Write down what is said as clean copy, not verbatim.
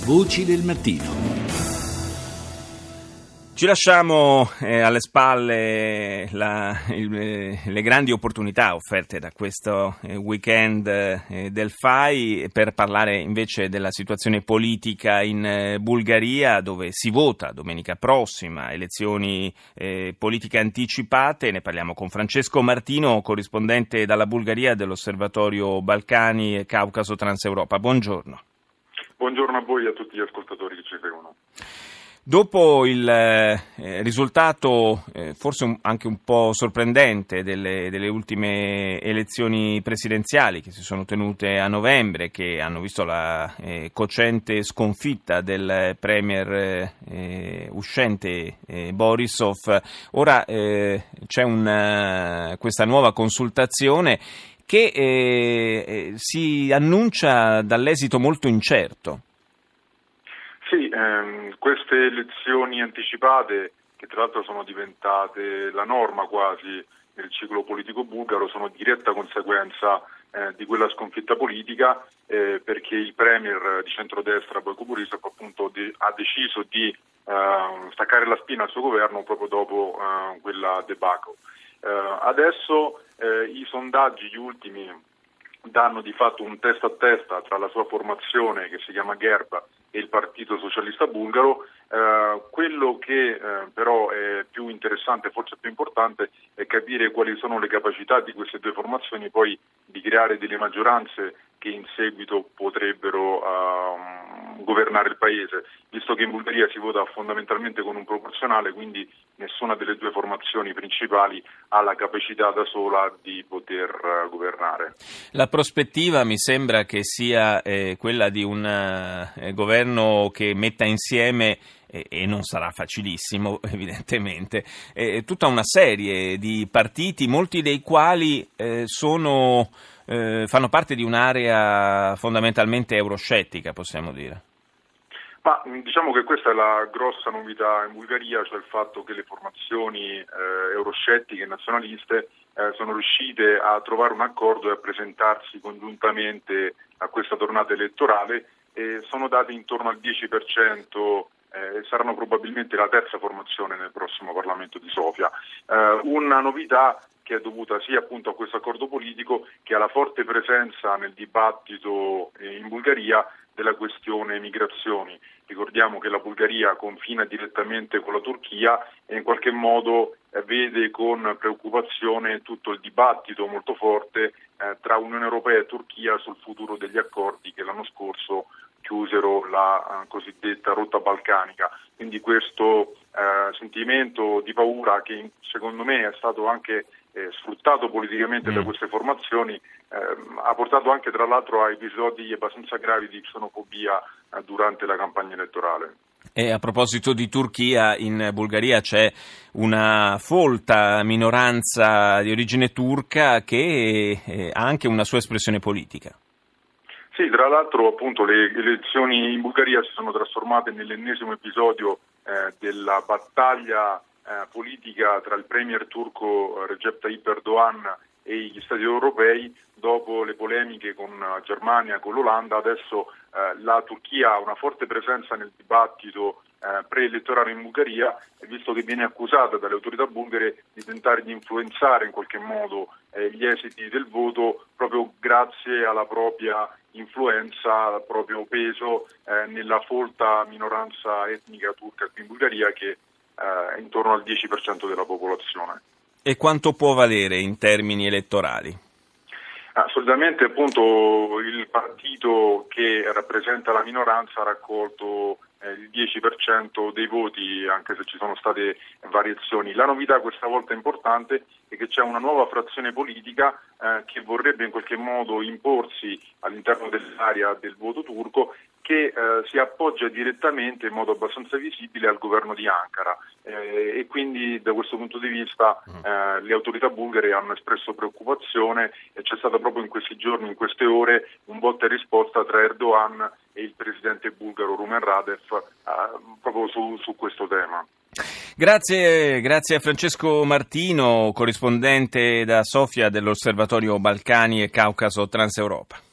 Voci del mattino. Ci lasciamo alle spalle le grandi opportunità offerte da questo weekend del FAI per parlare invece della situazione politica in Bulgaria, dove si vota domenica prossima, elezioni politiche anticipate. Ne parliamo con Francesco Martino, corrispondente dalla Bulgaria dell'Osservatorio Balcani e Caucaso Transeuropa. Buongiorno. Buongiorno a voi e a tutti gli ascoltatori che ci seguono. Dopo il risultato forse anche un po' sorprendente delle ultime elezioni presidenziali che si sono tenute a novembre, che hanno visto la cocente sconfitta del premier uscente Borisov, ora c'è questa nuova consultazione che si annuncia dall'esito molto incerto. Sì, queste elezioni anticipate, che tra l'altro sono diventate la norma quasi nel ciclo politico bulgaro, sono diretta conseguenza di quella sconfitta politica, perché il premier di centrodestra Boyko Borisov appunto ha deciso di staccare la spina al suo governo proprio dopo quella debacle. Adesso i sondaggi, gli ultimi, danno di fatto un testa a testa tra la sua formazione, che si chiama GERB, e il Partito Socialista Bulgaro. Quello che però è più interessante, forse più importante, è capire quali sono le capacità di queste due formazioni poi di creare delle maggioranze che in seguito potrebbero governare il paese, visto che in Bulgaria si vota fondamentalmente con un proporzionale, quindi nessuna delle due formazioni principali ha la capacità da sola di poter governare. La prospettiva mi sembra che sia quella di un governo che metta insieme, e non sarà facilissimo evidentemente, tutta una serie di partiti, molti dei quali fanno parte di un'area fondamentalmente euroscettica, possiamo dire. Ma diciamo che questa è la grossa novità in Bulgaria, cioè il fatto che le formazioni euroscettiche e nazionaliste sono riuscite a trovare un accordo e a presentarsi congiuntamente a questa tornata elettorale, e sono date intorno al 10%, saranno probabilmente la terza formazione nel prossimo Parlamento di Sofia. Una novità che è dovuta sia appunto a questo accordo politico che alla forte presenza nel dibattito in Bulgaria della questione migrazioni. Ricordiamo che la Bulgaria confina direttamente con la Turchia e in qualche modo vede con preoccupazione tutto il dibattito molto forte tra Unione Europea e Turchia sul futuro degli accordi che l'anno scorso chiusero la cosiddetta rotta balcanica. Quindi questo sentimento di paura, che secondo me è stato anche sfruttato politicamente da queste formazioni, ha portato anche tra l'altro a episodi abbastanza gravi di xenofobia durante la campagna elettorale. E a proposito di Turchia, in Bulgaria c'è una folta minoranza di origine turca che ha anche una sua espressione politica. Sì, tra l'altro appunto le elezioni in Bulgaria si sono trasformate nell'ennesimo episodio della battaglia politica tra il premier turco Recep Tayyip Erdogan e gli stati europei. Dopo le polemiche con la Germania, con l'Olanda, adesso la Turchia ha una forte presenza nel dibattito preelettorale in Bulgaria, visto che viene accusata dalle autorità bulgare di tentare di influenzare in qualche modo gli esiti del voto proprio grazie alla propria influenza, al proprio peso nella folta minoranza etnica turca qui in Bulgaria, che è intorno al 10% della popolazione. E quanto può valere in termini elettorali? Solitamente appunto il partito che rappresenta la minoranza ha raccolto il 10% dei voti, anche se ci sono state variazioni. La novità questa volta importante è che c'è una nuova frazione politica che vorrebbe in qualche modo imporsi all'interno dell'area del voto turco, che si appoggia direttamente in modo abbastanza visibile al governo di Ankara, e quindi da questo punto di vista le autorità bulgare hanno espresso preoccupazione, e c'è stata proprio in questi giorni, in queste ore, un botta e risposta tra Erdogan e il presidente bulgaro Rumen Radev proprio su questo tema. Grazie a Francesco Martino, corrispondente da Sofia dell'Osservatorio Balcani e Caucaso Transeuropa.